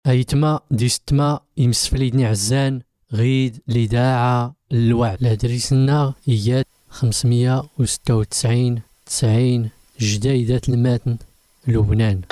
أيتما ديستما يمسفليدني عزان غيد الإذاعة الوعد لدريسنا إياد 596 90 جديدة الماتن لبنان.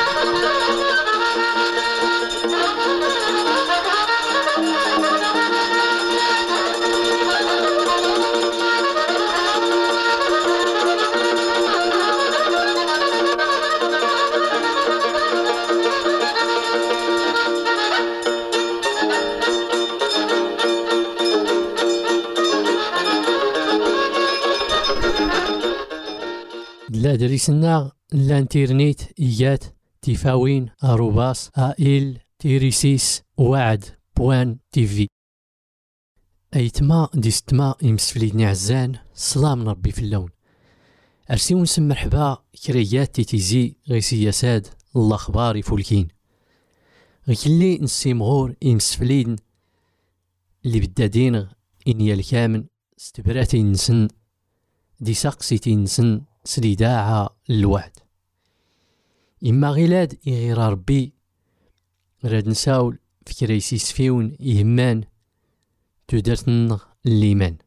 لا دريسنا الانترنت إيات تفاوين أروباس آئل تيريسيس وعد بوان تيفي. أيتما ديستما يمسفليدني عزان سلام ربي في اللون أرسيو نسم مرحبا كريات تيتيزي غي سياساد الأخبار فولكين غيلي نسيمغور يمسفليدن اللي بدادين إنيا الكامن استبراتي نسن دي ساقسيتي نسن سليداعة الوعد إما غيلاد إغير ربي راد نساول في كريسيس فيون يهمان تودرتن الليمان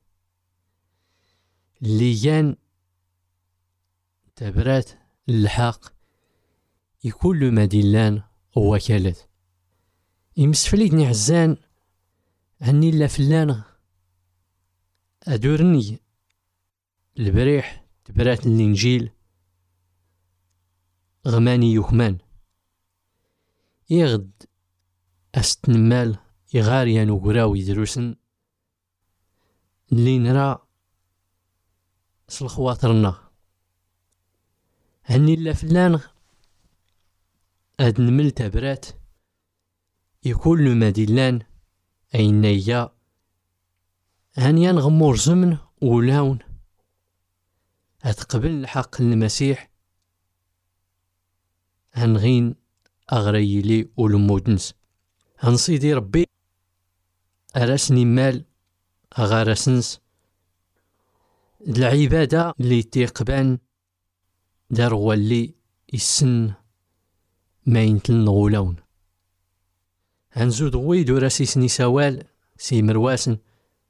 الليان تبرات الحق يكون مدينلان وكالات يمسفليدني عزان هني لا فلان أدورني البريح تبرات الإنجيل غماني يكمان يغد أستنمال إغاريان وقراو يدروسن اللي نرى سلخواترنا هني لا فلان هاد نمل تبرات يكون مدينلان أين نيا هنيان غمور زمن ولاون هتقبل الحق المسيح هنغين أغريلي ولمودنس هنصيدي ربي أرسني مال أغارسنس العبادة اللي تيقبان دار واللي السن ما ينتلن غولون هنزود غويدو راسيسني سوال سي مرواسن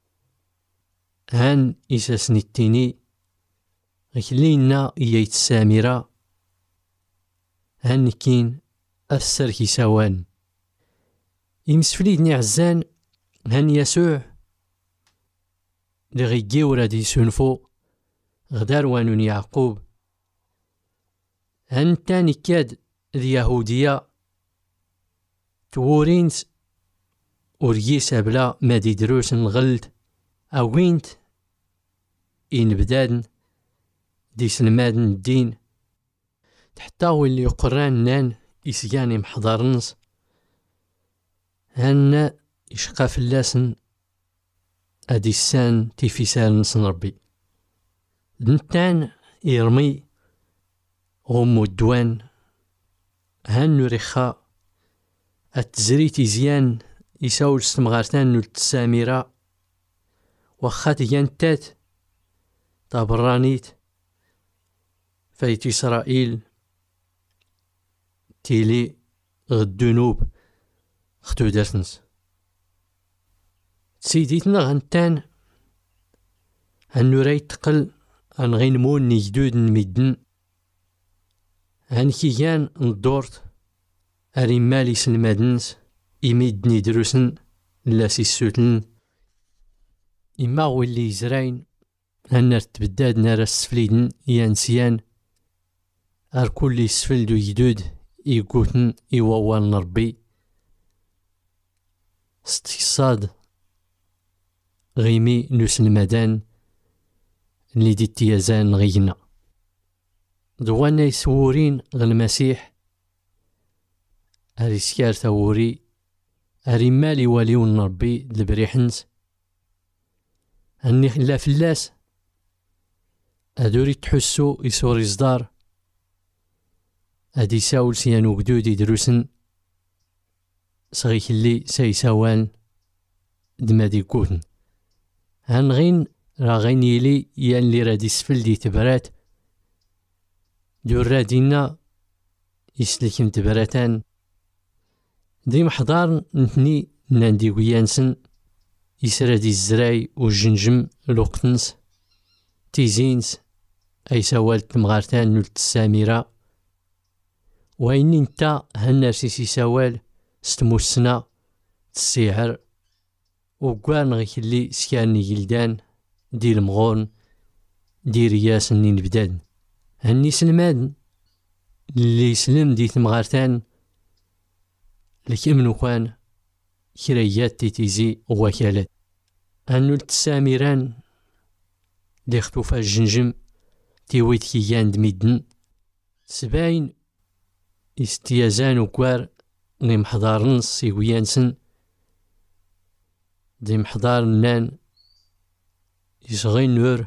هان إساسني التيني غيلينا إيايت السامرة هان كين أثر كي سوان يمسفليدني عزان هان يسوع لغيجيو رادي سنفو غدار وانون يعقوب هان تاني كاد اليهودية تورينت وريس بلا ما دي دروس الغلد أوينت إن بدادن دي سلمادن الدين تحتاوي اللي يقران نان إسياني محضرنس هانا يشقى فلاسن أدي السان تيفيسال نسن ربي دنتان يرمي غمو الدوان هانو رخاء التزريتي زيان يساول استمغارتان نو التساميرة وخات يانتات طابرانيت فايت إسرائيل تيلي غدنوب ختو دارتنس سيديتنا غنتان هنو راي تقل هن غينمون نجدود نمدن هن كيان ندورت أريمالي سلمادنس إميدني دروسن لاسي السوتن إما واللي يزراين هنر تبداد نار السفليدن يانسيان أر كل يسفلدو يدود يقوتن يووال نربي استقصاد غيمي نوس المدان اللي دي تيازان غينا دوانا يسورين غالمسيح أريسكار ثوري أريمالي واليون نربي لبريحنس هني لا فلاس أدوري تحسو يسوري صدار أدي ساول سيانو قدودي دروسن صغيك اللي سيساوان دمادي كوتن هنغين راغين يلي يان لي رادي سفل دي تبرات دور رادينا يسلكن تبراتان دي محضار نتني ناندي ويانسن يسرى دي الزراي والجنجم الوقتنس تيزينس أي سوال تمغارتان نولت السامرة وين انت هالنرسيسي سوال ستموسنا تسيعر وقوان غيك اللي سكاني جلدان دي المغورن دي رياس نين بداد هني سلمان اللي سلم دي تمغارتان لكمنو كان كريات تيزي وكالات هنولت السامران دي خطوفا الجنجم تيويت كيان دميدن سباين استيازان وكوار دي محضارن سيويانسن دي محضار نان يصغين نور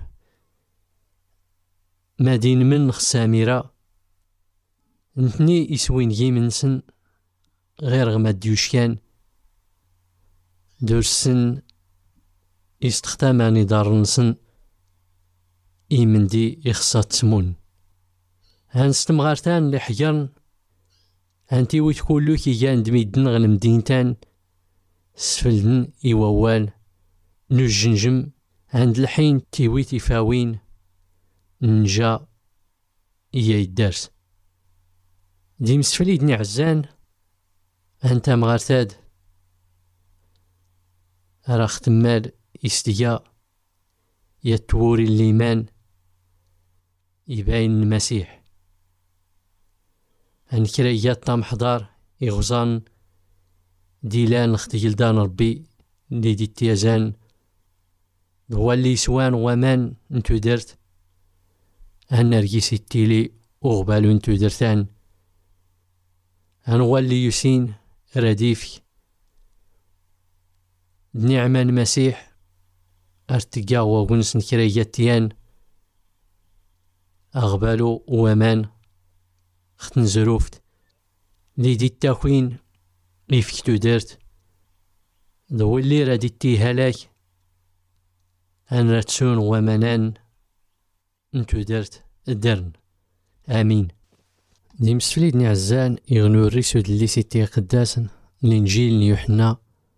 مدين من خسامرة نتني يسوين جيمنسن غير غماد ديوشكان دورسن يستخدماني دارنسن إيمن دي يخصات تسمون هانستمغارتان لحجرن هانتي ويت كلو كي جان دميدن غنمدينتان سفلدن إيووال نجنجم عند الحين تيويت يفاوين نجا إيا يدارس دي مسفليدني عزان هانتا مغارتاد راه ختمال يستيا يتوري الليمان يباين المسيح هنكريات طام حضار يغزان ديلان اختجلدان ربي اللي دي التيازان هو اللي سوان ومان انتو درت هنرجيس التيلي وغبالو انتو درتان هنو اللي يسين رديفك نعمان المسيح ارتقا وغنس نكرياتيان اغبالو ومان ختن زروفت لي دي التاكوين ليفكتو درت ذو اللي رادي تيهالاك ان راتسون ومنان انتو درت الدرن امين دي مسفليدني عزان يغنو الريسو دلي سيتي قداسن الانجيل نيوحنا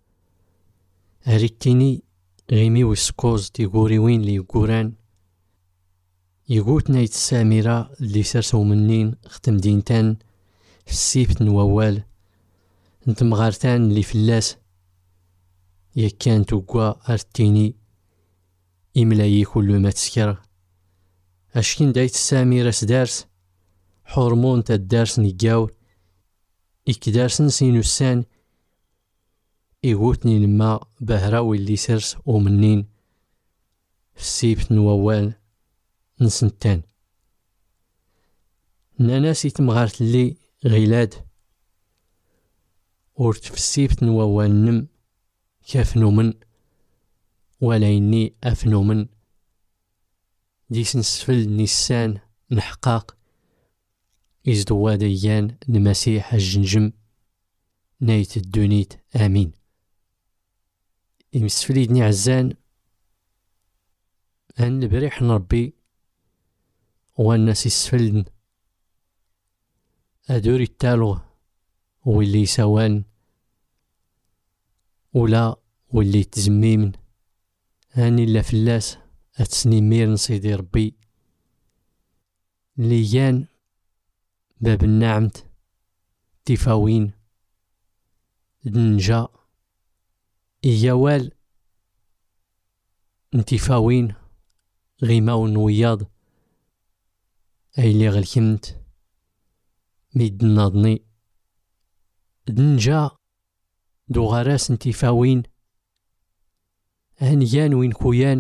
هريتيني غيمي وسكوز تيقوري وين لي يقوران يقوت نايت السامرة اللي سرسو منين ختم دينتان في السيبت نووال انت مغارتان اللي فلاس يكان توقوا ارتيني إملايي كل ما تسكر أشكين دايت السامرة سدارس هرمون تدارس نيجاور إكدارسن سينوسان إيغوتني لما بهراوي اللي سرس ومنين في السيبت نووال نسنتان ناناسي تمغارت اللي غيلاد ورت في السيبت نووال نم كافنو من ولا إني أفنو من ديس نسفل نيسان نحقاق إزدوا ديان المسيح الجنجم نايت الدونيت آمين إمسفليدني عزان أن بريح ربي والناس يسفلن أدوري التالو واللي سوان ولا واللي تزميمن هاني لا فلاس أتسني ميرن سيدي ربي ليان باب النعمت تفاوين دنجا إيوال انتفاوين غيماو نوياض أي اللي غلكمت ميد ناضني دنجا دو غراس انتفاوين هنيان وين كويان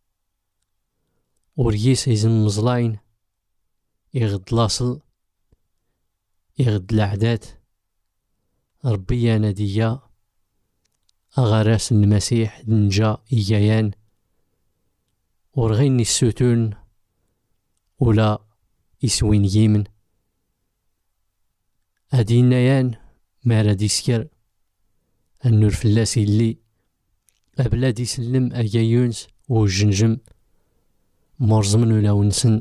وريس يزن مزلاين يغد لاصل يغد العدات ربي ناديا أغراس المسيح دنجا إيجايان ورغيني السوتون ولا يسوين يمن أدينيان ما راد يسكر النور فلاسي اللي أبلاد يسلم أجايونس وجنجم مرزمن ولا ونسن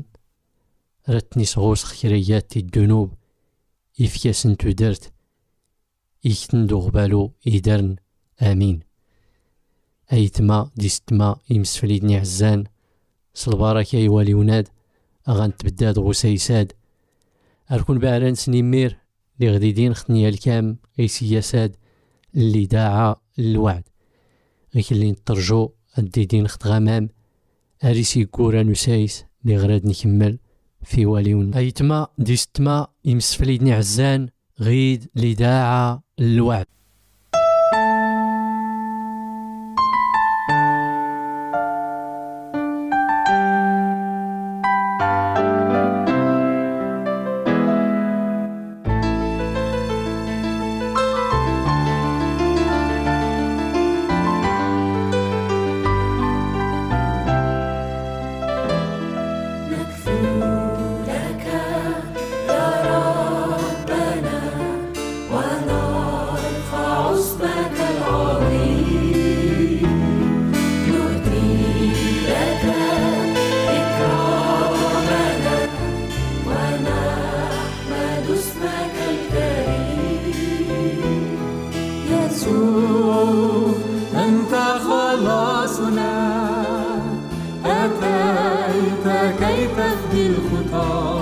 رتني صغوص خيريات الذنوب إفكاسن تدرت يكتندو غبالو يدرن آمين. أيتما ديستما يمسفليدني عزان صلبارك يوالي وناد أغان تبداد غسيساد أركون بعران سنيمير لي غديدين ختنيا الكام أي سياساد اللي داعا الوعد غيك اللي نترجو الديدين خت غمام أريسي كورا نسايس لي غراد نكمل في واليون. أيتما ديستما يمسفليدني عزان غيد لي داعا الوعد. أنت خلاصنا أتيت كي تفدي الخطى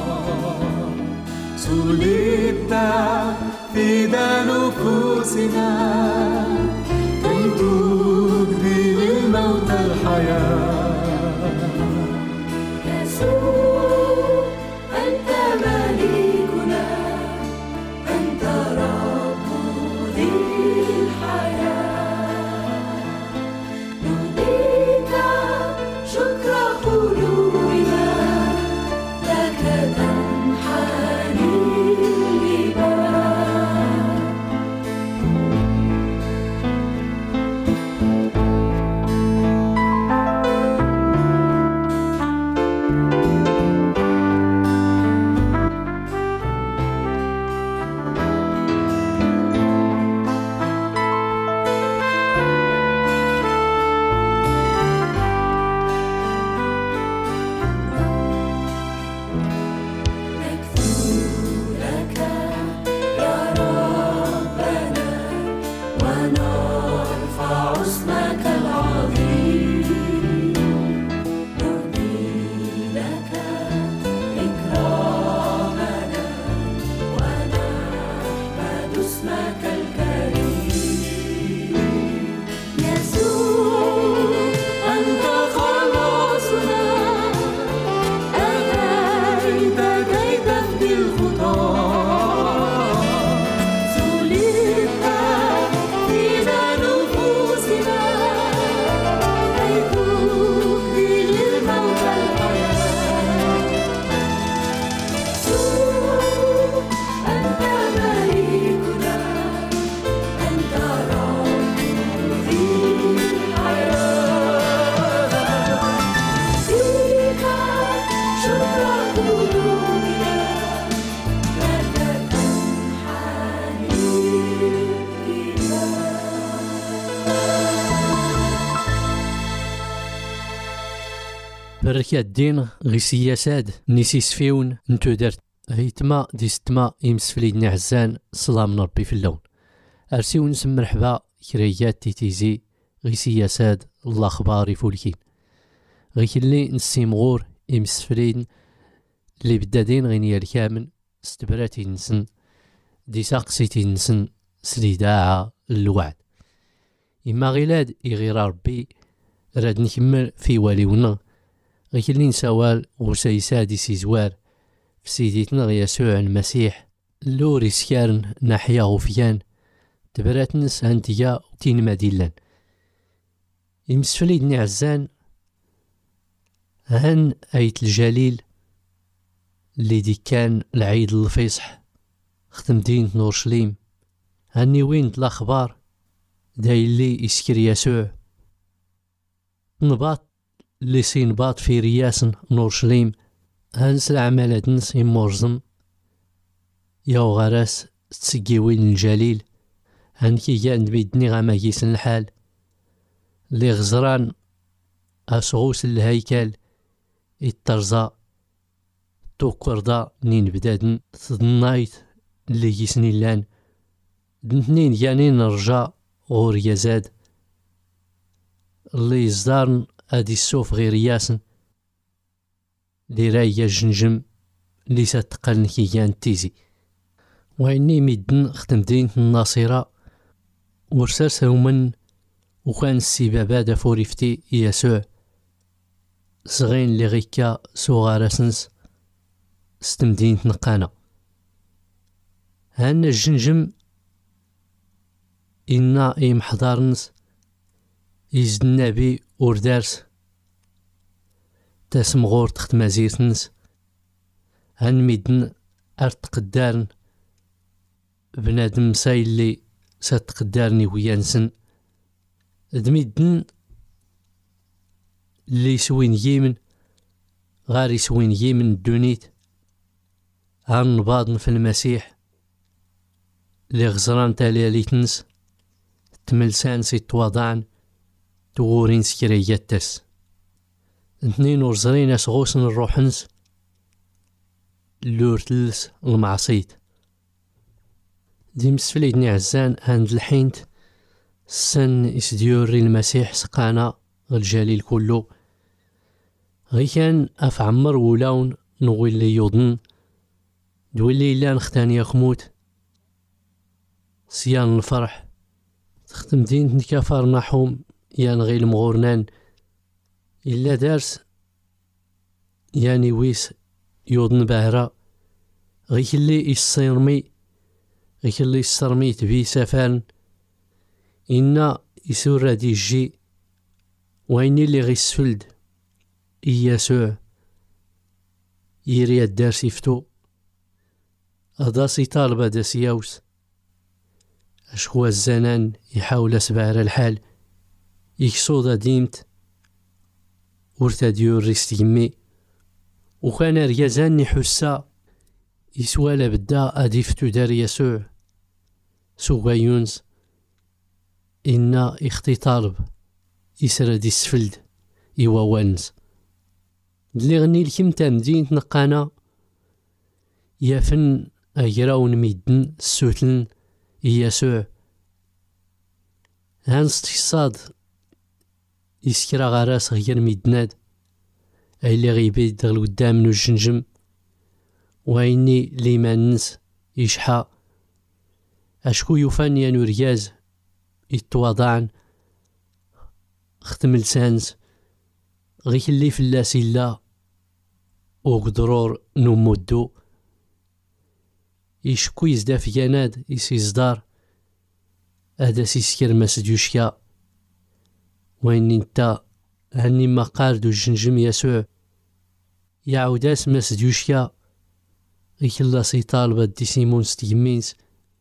سلبت فداء نفوسنا كي تجدي للموت الحياة. يسوع أنت ملكنا أنت رب ذي الحياة نهديك شكر قلوبنا لك تنحني الجبال. بركة الدين غي سياساد نيسيس فيون نتو درت هيتما ديستما يمسفليدني عزان صلاة من ربي في اللون أرسيو نسم مرحبا كريات تيتيزي غي سياساد الله خباري فولكين غي كلي نسيمغور يمسفلين اللي بدادين غينيا الكامل استبراتي نسن دي ساقسيتي نسن سليداعة الوعد إما غيلاد يغير ربي راد نكمل في واليونا غيك اللي نسوال غسيسادي سيزوار في سيديتنا يسوع المسيح اللوري سكارن ناحية غفيان تبرات نس هانتيا تين مديلان يمسفليدني عزان هن أيت الجليل اللي دي كان العيد الفيصح ختم دينة نورشليم هني وين الأخبار داي اللي يسكر يسوع نباط اللي سينباط في رياسن نورشليم هنس العمالات نس يمورزم ياو غراس تسقيوين الجليل هنكي جان بيدني غماكيس الحال اللي غزران أسغوس الهيكل الترزا توكردا نين بدادن تضنايت اللي يسني لان دنتنين يعني نرجع غور يزاد اللي يزدارن ادي السوف غير ياسن لي رايا جنجم اللي ستقلن كيان تيزي وإني مدن خدم دين الناصرة ورسرس هومن وكان السبابة دا فوريفتي يسوع صغين لي غيكا صغارسنس ستمدين نقانا هانا الجنجم إنا إيم حضارنس يزد النبي وردارس تاسم غور تخت مازيرتنس هان ميدن أرتقدارن بنادم سايلي ساتقدارني ويانسن دميدن اللي سوين يمن غاري سوين يمن الدونيت هان نباضن في المسيح اللي غزران تالياليتنس تملسان سيتواضعن تغورين سكرياتس اثنين ورزرين اسغوسن الروحنس اللورتلس المعصيت دي مسفليدني عزان عند الحينت السن اسديوري المسيح سقانا الجليل كله غي كان افعمر ولاون نغولي يوضن دولي إلا نختاني يخموت سيان الفرح تختم دين نكافر نحوم يان غي المغورنان إلا دارس يعني ويس يوضن باهرة غي اللي يصيرمي غي اللي يصرمي تبي سفان إنا يسور دي جي ويني اللي غي سفلد يسوع يري الدارس يفتو أداسي طالبة داس ياوس أشخوا الزنان يحاول أسبار الحال يكسودا ديمت ورتاديو الريست يمي وكان ريازان يحسا يسوالا بدا أديفتو دار يسوع سوغايونز إنا إختي طالب يسرد يسفلد يواوانز اللي غني الكم تامدين تنقانا يافن أجراون ميدن السوتلن يسوع هانس تصاد يسكرا غراس غير ميدناد أي اللي غيبيد دغل قدام نو الجنجم ويني لي مانس يشحى أشكو يوفان يانو رياز يتواضعن ختم لسانس غيك اللي فلاس إلا وقدرور نمودو يشكو يزداف يناد يسيزدار هذا سيسكر مسديوشكا وين انت هني ما قاردو الجنجم يسوع يعوداس مسديوشكا غيك الله سيطالب دي سيمون ستيمينس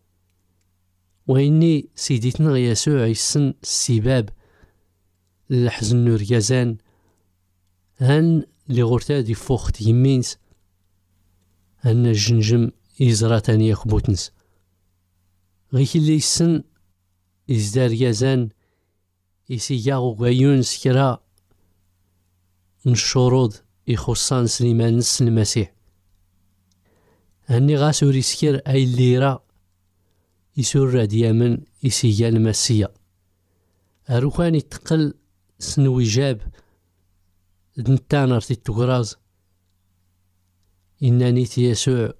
ويني سيديتنا يسوع يسن السباب الحزن نور يزان هن لغورتا دي فوخت يمينس هن الجنجم إزراتان يخبوتنس غيك اللي يسن إزدار يزان يسياغو غايون سكرا نشورود يخصان سليمان نس المسيح هني غاسو ريسكر أي الليرة يسور ديامن يسيا المسيا أروخان يتقل سنوي جاب دنتانر تيتوغراز إناني يسوع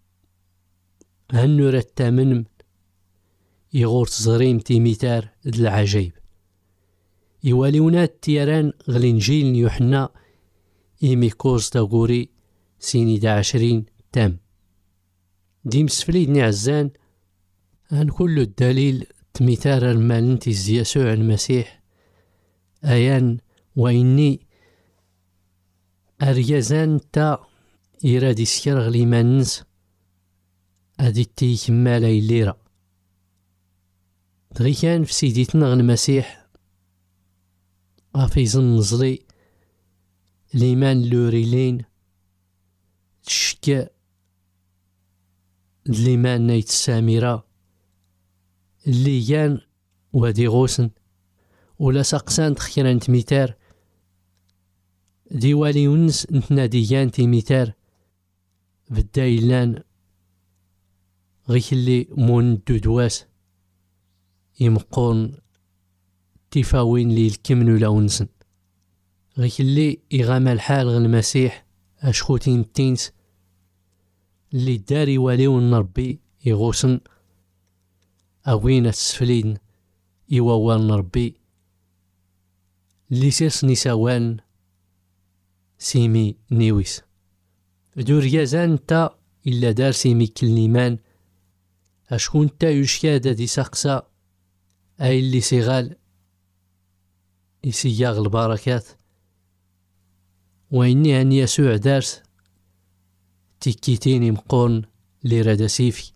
هنو رتامن يغور تزريم تيميتار العجيب يواليونات تيران غلينجيل يوحنا إيميكوز تاغوري سيني 20 تام ديم سفليدني عزان هن كل الدليل تميتار المالنتي يسوع المسيح أيان وإني أريازان تا إرادي سكر غليمانس أدي تي كمالا الليرة دغي كان في سيديتنا المسيح غافيزن نزلي ليمان لوريلين تشكا ليمان نايت السامرة اللي كان وادي غوسن ولا ساقسان تخيران تميتار ديوالي ونس نتناديان تيميتار بالدايلان غيك اللي مون دودواس يمقون تفاوين لي الكمن ولا ونسن غيك اللي يغامى الحال غير المسيح أشخوتين التينس اللي داري واليون ربي يغوصن أوين السفلين يووان ربي اللي سيس نساوان سيمي نيويس دور يازان تا إلا دار سيمي كليمان أشكون تا يشكاد دي ساقسا أي اللي سيغال يسياغ البركات وإني أن يسوع دارس تيكيتين مقون لي رادا سيفي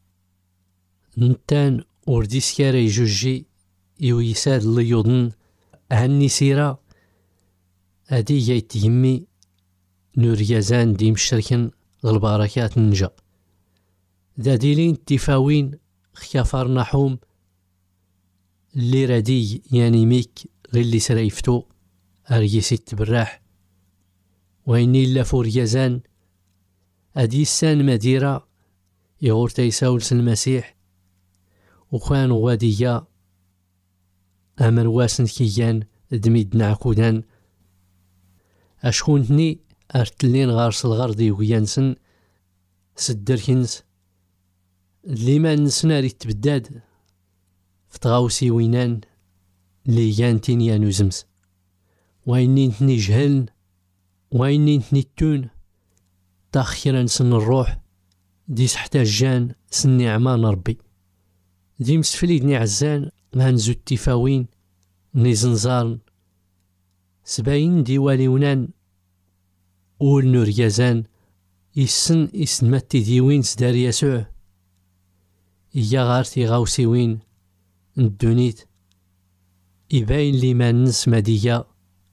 نتان ورديس كاري جوجي يويساد اللي يوضن هني سيرا أدي جايت يمي نور يازان دي مشتركن البركات نجا داديلين تفاوين خيافار نحوم اللي رادي يعني ميك غير اللي سرايفتو أريسي تبراح وإني إلا فور يازان أدي السان مديرة يغور تيساولس المسيح وخان غادية أمر واسن كيان دميد نعكودان أشكونتني أرتلين غارس الغردي ويانسن سدركنس اللي ما نسناري تبداد فتغاوسي وينان اللي يانتين يانو زمس وإني نتني جهلن وإني نتني التون تاخيرا سن الروح ديس حتى جان سني عمان ربي دي مسفليدني عزان هنزو التفاوين نيزنزارن سباين ديواليونان أول نور يازان يسن ماتي ديوين سدار يسوع إيا غارتي غاوسيوين ندونيت يباين لي ما ننس مادية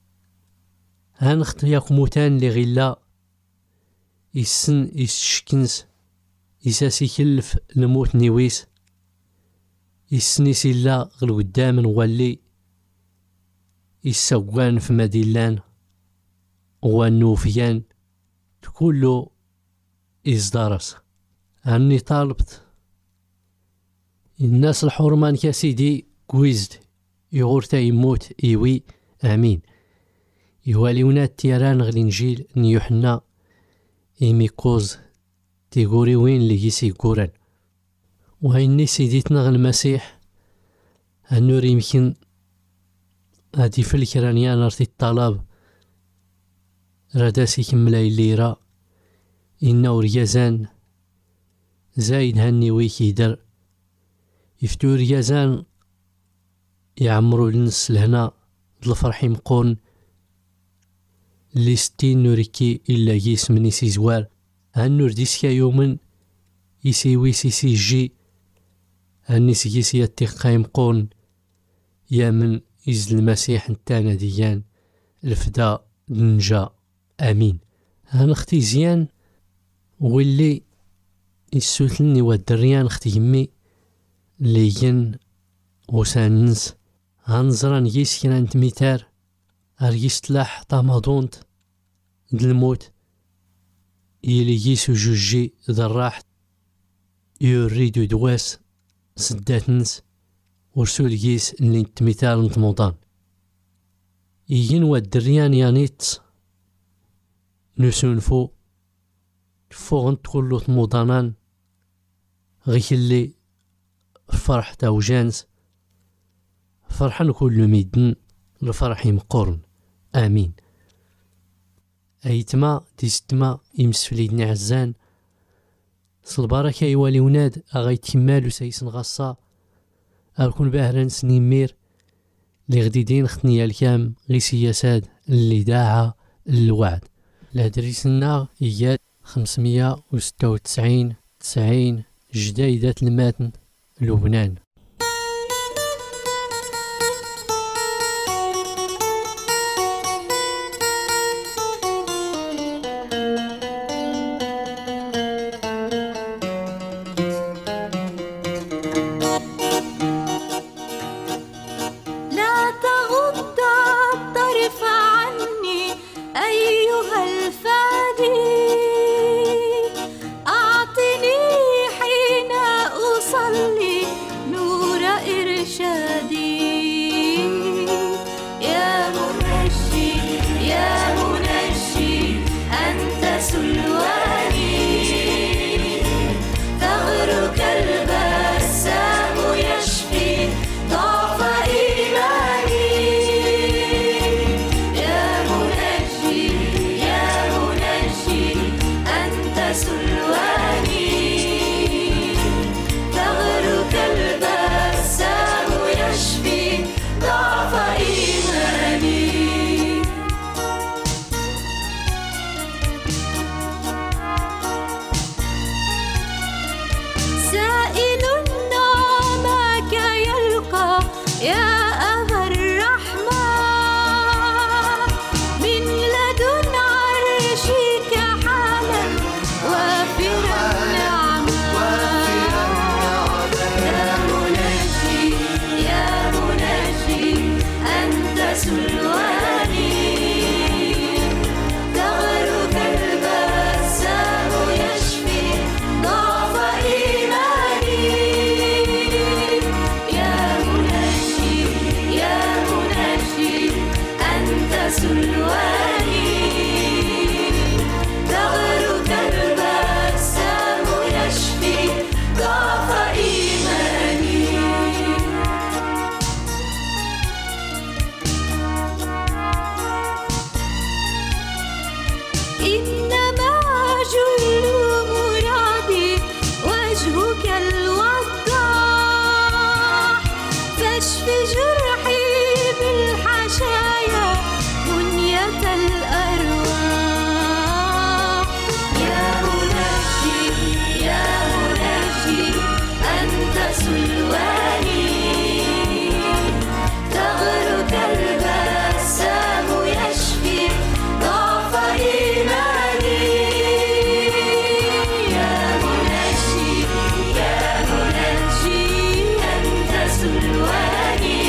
هنخت ياكموتان لي غلا يسن يسشكنس يساسي كلف الموت نيويس يسني سيلا غل قدام نولي يسوان في مديلان والنوفيان تكولو إصدارس أني طالبت الناس الحرمان كاسيدي كويزد يغورتا يموت إيوي آمين يواليونا التيران غل إنجيل نيوحنا إيميكوز تيغوري وين ليسي كوران وهيني سيديتنا غل المسيح النور يمكن هادي في الكرانيان ارتي الطلب راداسي كملا الليرة إنو ريازان زايد هني ويكي در يفتو ريازان يعمرو لنس لهنا الفرح مقون اللي 60 نوريكي إلا جيس من يسي زوار هالنور ديسكا يومن يسيوي سيسي جي هاني سيسي يتقاي مقون يا من إز المسيح نتانا ديان الفدا ننجا آمين هنختي زيان واللي يسوثلني والدريان اختي يمي ليين وساننس هنزران يس كنا نتميتار أريس تلاح طامادونت الموت يلي يسو جوجي ذراحت يريدو دواس سداتنس ورسول يس اللي نتميتار نتموضان يين والدريان يانيت نسونفو فوغن تقولو تموضانان غيك اللي فرح تاو جانس فرحان كل ميدن الفرح مقورن آمين أيتما ديستما يمسفليدني عزان صلبارك يوالي وناد أغايت كمالو سيسن غصا أكون باهران سنيمير لي غديدين ختنيا الكام غي سياسات اللي داعا الوعد لهدريسنا إياد 596 90 جدايدة الماتن لبنان لا تغض الطرف عني أيها الفادي أعطني حين أصلي نور يشفي جرحي بالحشايا بنية الأرواح. يا منجي يا منجي أنت سلواني، ثغرك البسام يشفي ضعف إيماني. يا منجي يا منجي أنت سلواني،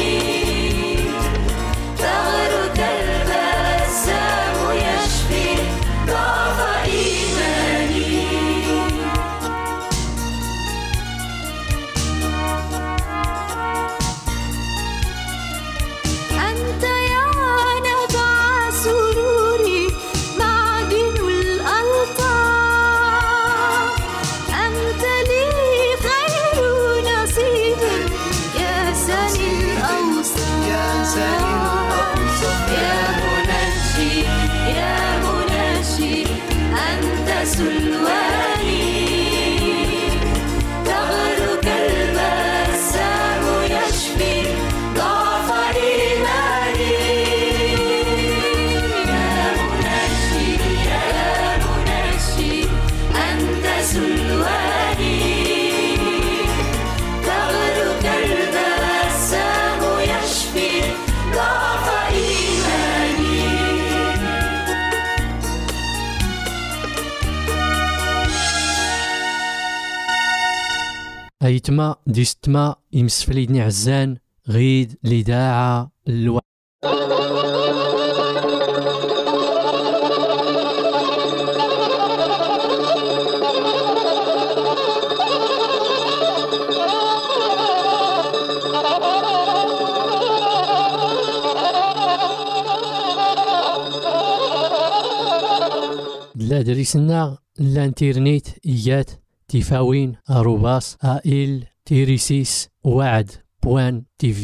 ثغرك البسام يشفي ضعف إيماني. أنت يا نبع سروري معدن الألطاف، أنت لي خير نصيب يا سني الأوصاف. يا منجي يا منجي أنت سلواني، ثغرك البسام يشفي ضعف إيماني. يا منجي يا منجي أنت سلواني، ثغرك البسام يشفي ضعف إيماني. أيتما ديستما يمسفليدني عزان غيد لداعة اللوع. لا دريسنا الانترنت إيات تفاوين أروباس AIL تيريسيس وعد بوان TV.